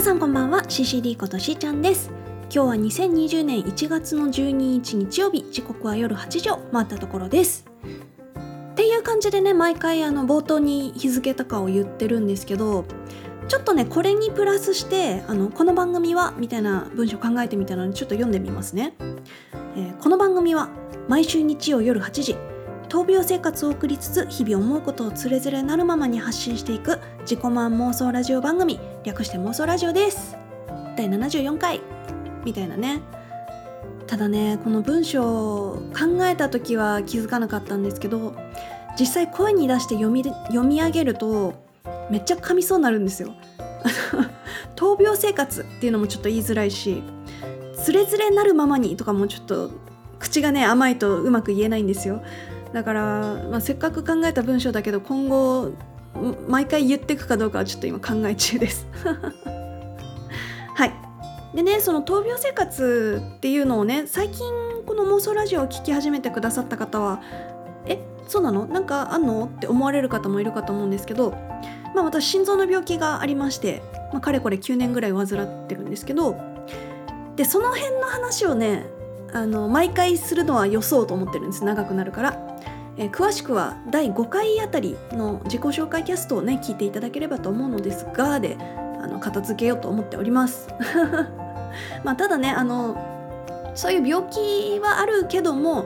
皆さんこんばんは。 CCD ことしーちゃんです。今日は2020年1月の12日日曜日、時刻は夜8時を回ったところですっていう感じでね、毎回冒頭に日付とかを言ってるんですけど、ちょっとねこれにプラスしてこの番組はみたいな文章考えてみたのでちょっと読んでみますね。この番組は毎週日曜夜8時、闘病生活を送りつつ日々思うことをつれづれなるままに発信していく自己満妄想ラジオ番組、略して妄想ラジオです。第74回みたいなね。ただね、この文章を考えた時は気づかなかったんですけど、実際声に出して読み上げるとめっちゃ噛みそうになるんですよ闘病生活っていうのもちょっと言いづらいし、つれづれなるままにとかもちょっと口がね甘いとうまく言えないんですよ。だから、せっかく考えた文章だけど今後毎回言っていくかどうかはちょっと今考え中ですはい。でね、その闘病生活っていうのをね、最近この妄想ラジオを聞き始めてくださった方はそうなの？なんかあんの？って思われる方もいるかと思うんですけど、私心臓の病気がありまして、かれこれ9年ぐらい患ってるんですけど、でその辺の話をね毎回するのはよそうと思ってるんです。長くなるから、詳しくは第5回あたりの自己紹介キャストをね聞いていただければと思うのですが、で片付けようと思っておりますただねそういう病気はあるけども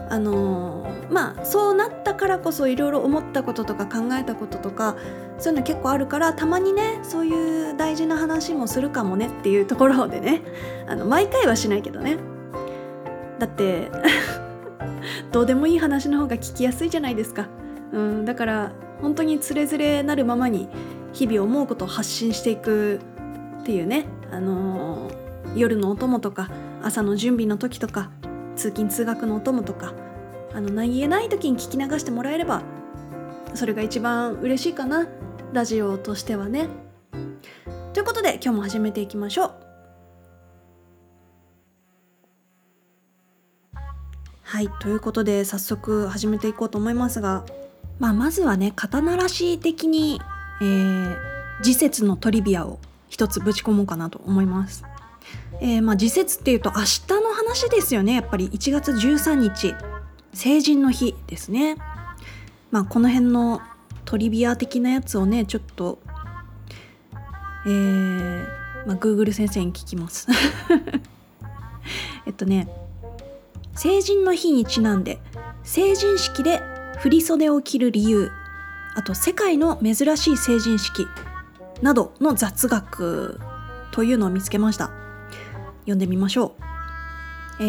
そうなったからこそいろいろ思ったこととか考えたこととかそういうの結構あるから、たまにねそういう大事な話もするかもねっていうところでね、毎回はしないけどね、だってどうでもいい話の方が聞きやすいじゃないですか。だから本当につれづれなるままに日々思うことを発信していくっていうね、夜のお供とか朝の準備の時とか通勤通学のお供とか何気ない時に聞き流してもらえればそれが一番嬉しいかな、ラジオとしてはね。ということで今日も始めていきましょう。はい、ということで早速始めていこうと思いますが、まずはね肩慣らし的に、時節のトリビアを一つぶち込もうかなと思います。時節っていうと明日の話ですよね。やっぱり1月13日成人の日ですね。この辺のトリビア的なやつをねちょっとGoogle 先生に聞きます成人の日にちなんで成人式で振り袖を着る理由、あと世界の珍しい成人式などの雑学というのを見つけました。読んでみましょう。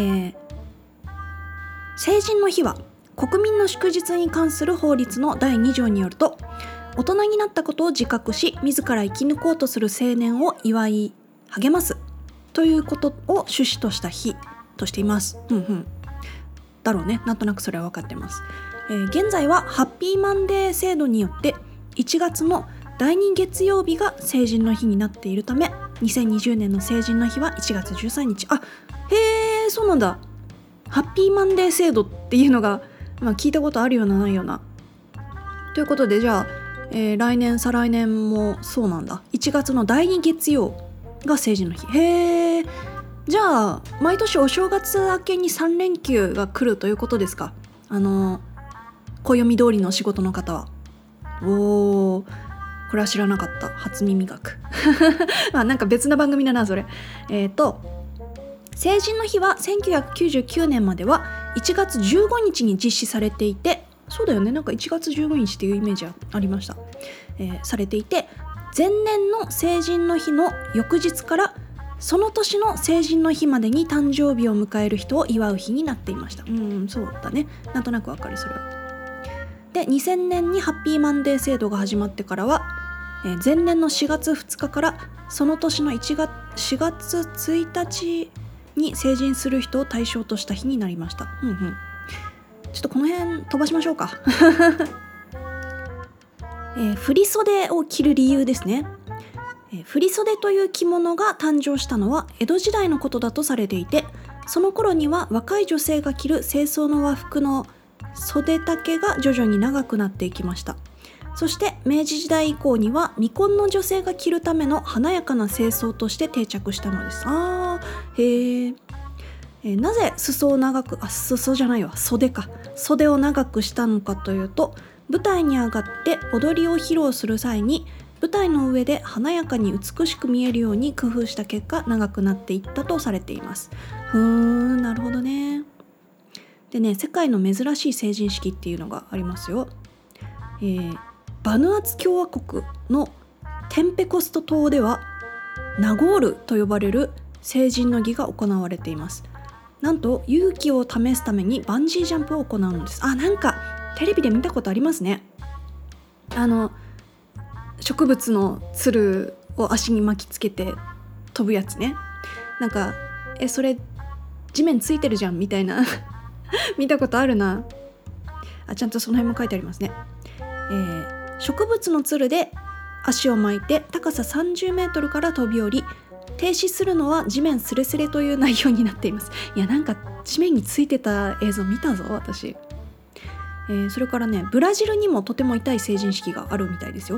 成人の日は国民の祝日に関する法律の第2条によると、大人になったことを自覚し自ら生き抜こうとする青年を祝い励ますということを趣旨とした日としています。だろうね、なんとなくそれは分かってます。現在はハッピーマンデー制度によって1月の第2月曜日が成人の日になっているため、2020年の成人の日は1月13日。そうなんだ。ハッピーマンデー制度っていうのが、聞いたことあるようなないような。ということでじゃあ、来年再来年もそうなんだ。1月の第2月曜が成人の日。じゃあ毎年お正月明けに3連休が来るということですか。暦通りの仕事の方は。これは知らなかった。初耳学なんか別な番組だなそれ。成人の日は1999年までは1月15日に実施されていて、そうだよね、なんか1月15日っていうイメージありました。されていて、前年の成人の日の翌日からその年の成人の日までに誕生日を迎える人を祝う日になっていました。そうだね、なんとなくわかるそれは。で、2000年にハッピーマンデー制度が始まってからは、前年の4月2日からその年の4月1日に成人する人を対象とした日になりました。ちょっとこの辺飛ばしましょうか振り袖を着る理由ですね。振り袖という着物が誕生したのは江戸時代のことだとされていて、その頃には若い女性が着る正装の和服の袖丈が徐々に長くなっていきました。 そして明治時代以降には未婚の女性が着るための華やかな正装として定着したのです。へえ。なぜ裾を長く裾じゃないわ袖か袖を長くしたのかというと、舞台に上がって踊りを披露する際に舞台の上で華やかに美しく見えるように工夫した結果長くなっていったとされています。なるほどね。でね、世界の珍しい成人式っていうのがありますよ。バヌアツ共和国のテンペコスト島ではナゴールと呼ばれる成人の儀が行われています。なんと勇気を試すためにバンジージャンプを行うのです。なんかテレビで見たことありますね。植物のつるを足に巻きつけて飛ぶやつね。なんかそれ地面ついてるじゃんみたいな見たことあるな。ちゃんとその辺も書いてありますね。植物のつるで足を巻いて高さ30メートルから飛び降り、停止するのは地面スレスレという内容になっています。いや、なんか地面についてた映像見たぞ私。それからね、ブラジルにもとても痛い成人式があるみたいですよ。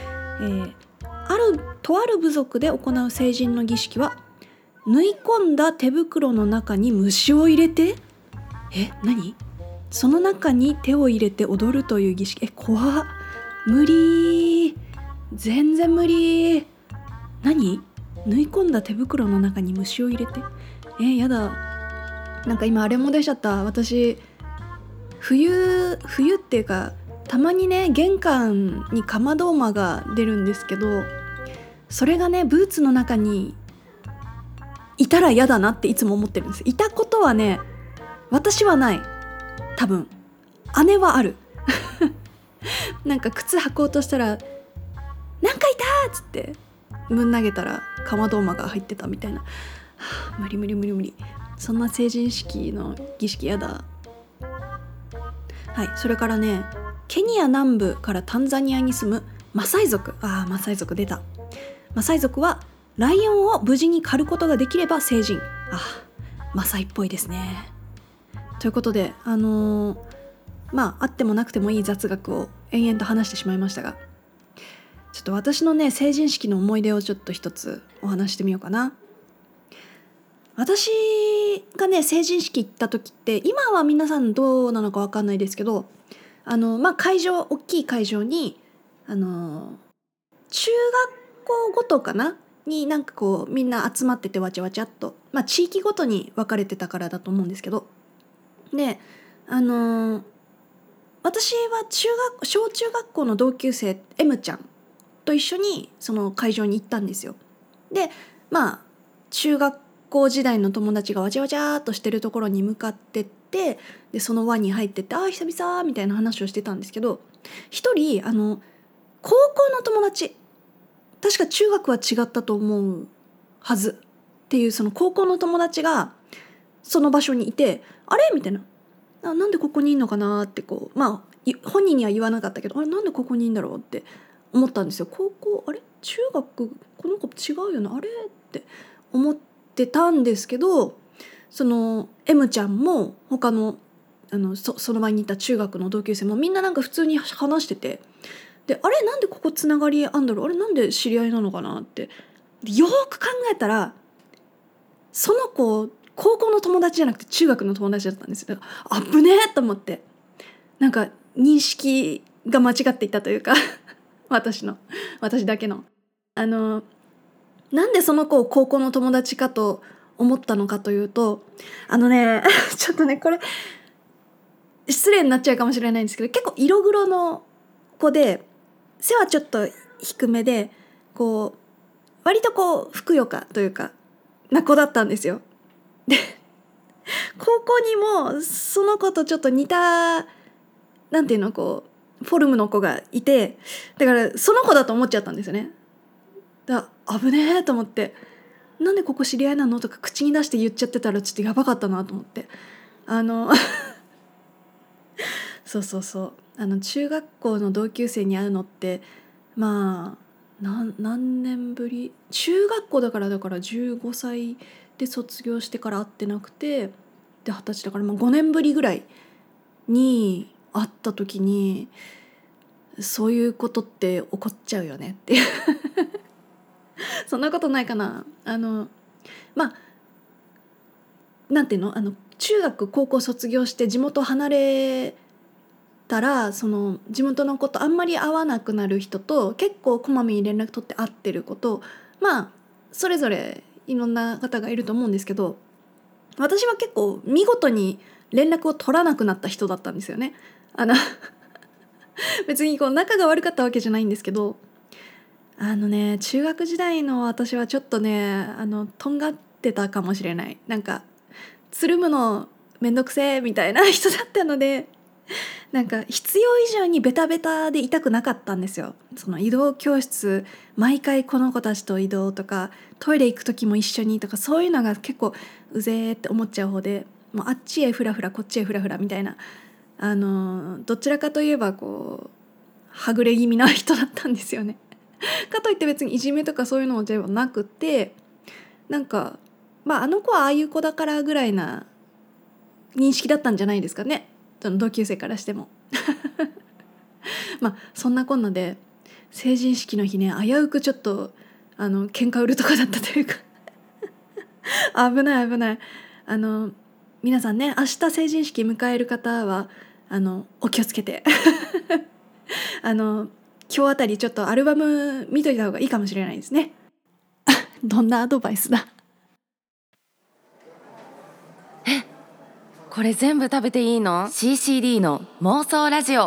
とある部族で行う成人の儀式は、縫い込んだ手袋の中に虫を入れて何その中に手を入れて踊るという儀式。怖っ。無理。全然無理。何？縫い込んだ手袋の中に虫を入れてやだ。なんか今あれも出ちゃった。私冬っていうか、たまにね玄関にかまど馬が出るんですけど、それがねブーツの中にいたら嫌だなっていつも思ってるんです。いたことはね私はない。多分姉はあるなんか靴履こうとしたらなんかいたっつってぶん投げたらかまど馬が入ってたみたいな。無理。そんな成人式の儀式やだ。はい。それからね、ケニア南部からタンザニアに住むマサイ族。マサイ族出た。マサイ族はライオンを無事に狩ることができれば成人。マサイっぽいですね。ということであってもなくてもいい雑学を延々と話してしまいましたが、ちょっと私のね成人式の思い出をちょっと一つお話してみようかな。私がね成人式行った時って、今は皆さんどうなのか分かんないですけど、会場、大きい会場に中学校ごとかなになんかこうみんな集まっててわちゃわちゃっと、地域ごとに分かれてたからだと思うんですけど、で私は小中学校の同級生 M ちゃんと一緒にその会場に行ったんですよ。で中学校時代の友達がわちゃわちゃっとしてるところに向かってって、でその輪に入ってって久々みたいな話をしてたんですけど、一人高校の友達、確か中学は違ったと思うはずっていう、その高校の友達がその場所にいて、あれみたいな、なんでここにいんのかなってこう、本人には言わなかったけど、なんでここにいんだろうって思ったんですよ。高校中学この子違うよなって思ってたんですけど、その M ちゃんも他のその前にいた中学の同級生もみんななんか普通に話してて、でなんでここつながりあんだろう、なんで知り合いなのかなって、よく考えたらその子高校の友達じゃなくて中学の友達だったんですよ。危ねえと思って、なんか認識が間違っていたというか私だけのなんでその子を高校の友達かと思ったのかというと、ちょっとねこれ失礼になっちゃうかもしれないんですけど、結構色黒の子で背はちょっと低めで、こう割とこうふくよかというかな子だったんですよ。で高校にもその子とちょっと似たなんていうのこうフォルムの子がいて、だからその子だと思っちゃったんですよね。危ねえと思って、なんでここ知り合いなのとか口に出して言っちゃってたらちょっとやばかったなと思って、そう中学校の同級生に会うのって何年ぶり、中学校だから15歳で卒業してから会ってなくて、で20歳だから5年ぶりぐらいに会った時に、 そういうことって起こっちゃうよねっていうそんなことないかな。なんていうの、中学高校卒業して地元離れたら、その地元の子とあんまり会わなくなる人と結構こまめに連絡取って会ってる子と、それぞれいろんな方がいると思うんですけど、私は結構見事に連絡を取らなくなった人だったんですよね。別に仲が悪かったわけじゃないんですけど、中学時代の私はちょっとねとんがってたかもしれない。なんかつるむのめんどくせえみたいな人だったので、なんか必要以上にベタベタでいたくなかったんですよ。その移動教室毎回この子たちと移動とか、トイレ行く時も一緒にとか、そういうのが結構うぜーって思っちゃう方で、もうあっちへフラフラこっちへフラフラみたいな、どちらかといえばはぐれ気味な人だったんですよねかといって別にいじめとかそういうのではなくて、なんかあの子はああいう子だからぐらいな認識だったんじゃないですかね、その同級生からしてもそんなこんなで成人式の日ね、危うくちょっと喧嘩売るとかだったというか危ない危ない。皆さんね、明日成人式迎える方はお気をつけて今日あたりちょっとアルバム見といた方がいいかもしれないですねどんなアドバイスだ。 これ全部食べていいの？ CCD の妄想ラジオ。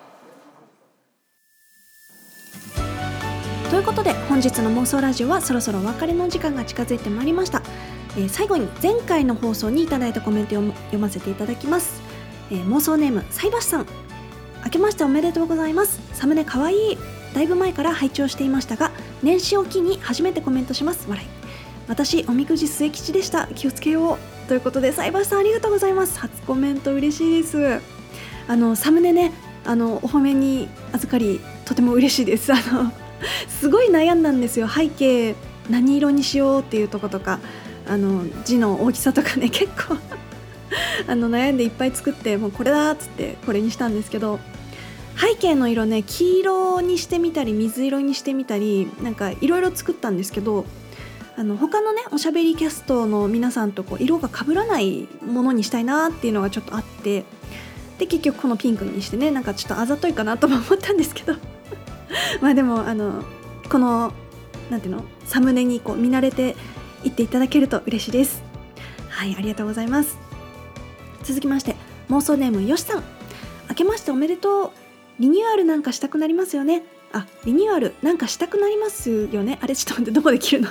ということで本日の妄想ラジオはそろそろお別れの時間が近づいてまいりました。最後に前回の放送にいただいたコメントを読ませていただきます。妄想ネームサイバシさん、明けましておめでとうございます。サムネかわいい。だいぶ前から拝聴していましたが、年始を機に初めてコメントします。笑い。私おみくじ末吉でした。気をつけよう。ということでサイバシさんありがとうございます。初コメント嬉しいです。サムネね、お褒めに預かりとても嬉しいです。すごい悩んだんですよ。背景何色にしようっていうとことか、字の大きさとかね、結構悩んでいっぱい作って、もうこれだっつってこれにしたんですけど、背景の色ね、黄色にしてみたり水色にしてみたり、なんかいろいろ作ったんですけど、他のねおしゃべりキャストの皆さんと色が被らないものにしたいなっていうのがちょっとあって、で結局このピンクにしてね、なんかちょっとあざといかなとも思ったんですけどでもこのなんていうの、サムネに見慣れていっていただけると嬉しいです。はい、ありがとうございます。続きまして妄想ネームよしさん、明けましておめでとう。リニューアルなんかしたくなりますよね。リニューアルなんかしたくなりますよね。あれちょっと待って、どこで切るの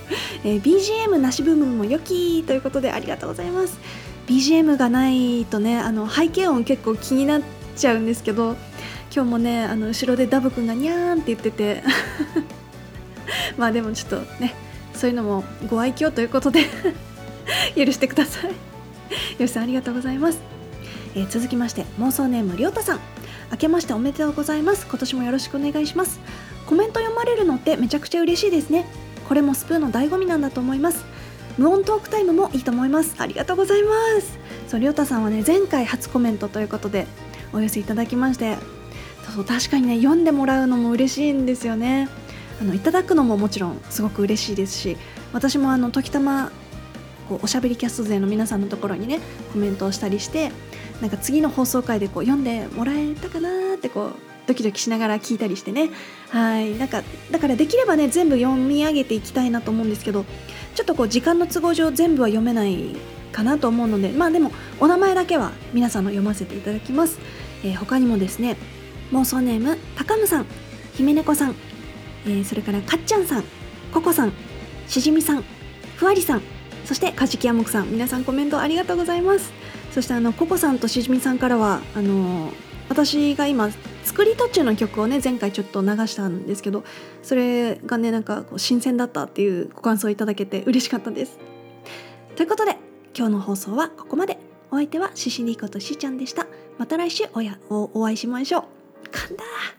BGM なし部分も良きということでありがとうございます。 BGM がないとね、背景音結構気になっちゃうんですけど、今日もね後ろでダブくんがニャーンって言っててでもちょっとね、そういうのもご愛嬌ということで許してください。よしさんありがとうございます。続きまして妄想ネームりょうたさん、明けましておめでとうございます。今年もよろしくお願いします。コメント読まれるのってめちゃくちゃ嬉しいですね。これもスプーンの醍醐味なんだと思います。無音トークタイムもいいと思います。ありがとうございます。そう、りょうたさんはね、前回初コメントということでお寄せいただきまして、そう確かにね、読んでもらうのも嬉しいんですよね。いただくのももちろんすごく嬉しいですし、私も時たまおしゃべりキャスト勢の皆さんのところにねコメントをしたりして、なんか次の放送回で読んでもらえたかなってドキドキしながら聞いたりしてね。はい、だからできればね全部読み上げていきたいなと思うんですけど、ちょっと時間の都合上全部は読めないかなと思うので、でもお名前だけは皆さんの読ませていただきます。他にもですね、妄想ネーム高野さん、姫猫さん、それからかっちゃんさん、ココさん、しじみさん、ふわりさん、そしてかじきやもくさん、皆さんコメントありがとうございます。そしてココさんとしじみさんからは私が今作り途中の曲をね前回ちょっと流したんですけど、それがねなんか新鮮だったっていうご感想をいただけて嬉しかったです。ということで今日の放送はここまで。お相手はししりことしーちゃんでした。また来週お会いしましょう。噛んだ。